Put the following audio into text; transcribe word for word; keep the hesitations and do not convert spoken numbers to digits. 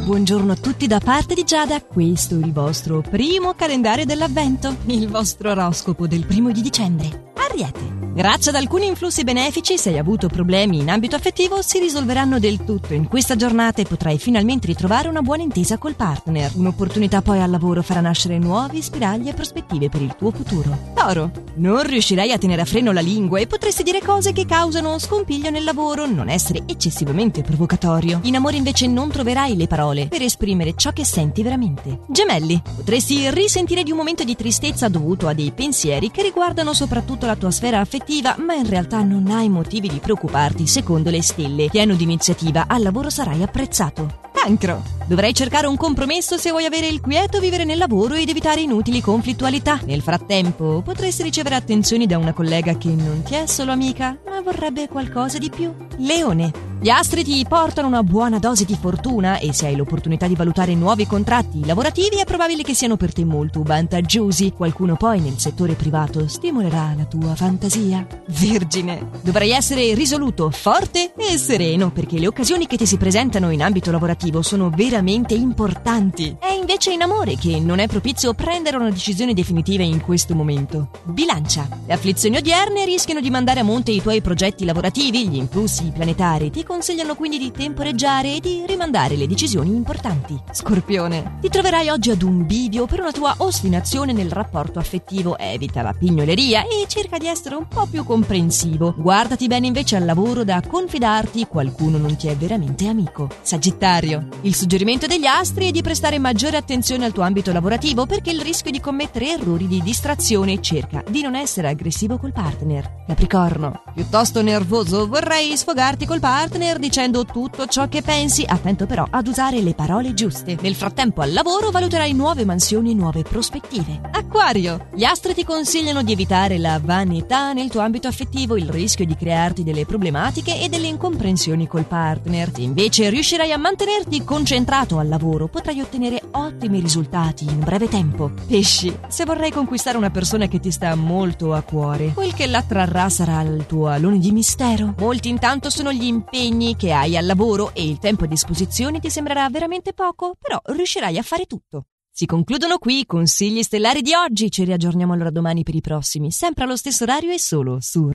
buongiorno a tutti da parte di Giada. Questo è il vostro primo calendario dell'avvento, il vostro oroscopo del primo di dicembre. Ariete. Grazie ad alcuni influssi benefici, se hai avuto problemi in ambito affettivo, si risolveranno del tutto in questa giornata e potrai finalmente ritrovare una buona intesa col partner. Un'opportunità poi al lavoro farà nascere nuovi spiragli e prospettive per il tuo futuro. Toro. Non riuscirai a tenere a freno la lingua e potresti dire cose che causano scompiglio nel lavoro, non essere eccessivamente provocatorio. In amore invece non troverai le parole per esprimere ciò che senti veramente. Gemelli. Potresti risentire di un momento di tristezza dovuto a dei pensieri che riguardano soprattutto la tua sfera affettiva, ma in realtà non hai motivi di preoccuparti secondo le stelle. Pieno di iniziativa, al lavoro sarai apprezzato. Cancro. Dovrai cercare un compromesso se vuoi avere il quieto vivere nel lavoro ed evitare inutili conflittualità. Nel frattempo, potresti ricevere attenzioni da una collega che non ti è solo amica, ma vorrebbe qualcosa di più. Leone. Gli astri ti portano una buona dose di fortuna e se hai l'opportunità di valutare nuovi contratti lavorativi è probabile che siano per te molto vantaggiosi. Qualcuno poi nel settore privato stimolerà la tua fantasia. Vergine. Dovrai essere risoluto, forte e sereno perché le occasioni che ti si presentano in ambito lavorativo sono veramente importanti. È invece in amore che non è propizio prendere una decisione definitiva in questo momento. Bilancia. Le afflizioni odierne rischiano di mandare a monte i tuoi progetti lavorativi, gli influssi planetari ti consigliano quindi di temporeggiare e di rimandare le decisioni importanti. Scorpione. Ti troverai oggi ad un bivio per una tua ostinazione nel rapporto affettivo. Evita la pignoleria e cerca di essere un po' più comprensivo. Guardati bene invece al lavoro da confidarti, qualcuno non ti è veramente amico. Sagittario. Il suggerimento degli astri è di prestare maggiore attenzione al tuo ambito lavorativo perché il rischio di commettere errori di distrazione. Cerca di non essere aggressivo col partner. Capricorno. Piuttosto nervoso, vorrei sfogarti col partner dicendo tutto ciò che pensi, attento però ad usare le parole giuste. Nel frattempo al lavoro valuterai nuove mansioni e nuove prospettive. Acquario. Gli astri ti consigliano di evitare la vanità nel tuo ambito affettivo, il rischio di crearti delle problematiche e delle incomprensioni col partner. Se invece riuscirai a mantenerti concentrato al lavoro, potrai ottenere ottimi risultati in breve tempo. Pesci. Se vorrai conquistare una persona che ti sta molto a cuore, quel che l'attrarrà sarà il tuo alone di mistero. Molti intanto sono gli impegni che hai al lavoro e il tempo a disposizione ti sembrerà veramente poco, però riuscirai a fare tutto. Si concludono qui i consigli stellari di oggi, ci riaggiorniamo allora domani per i prossimi, sempre allo stesso orario e solo su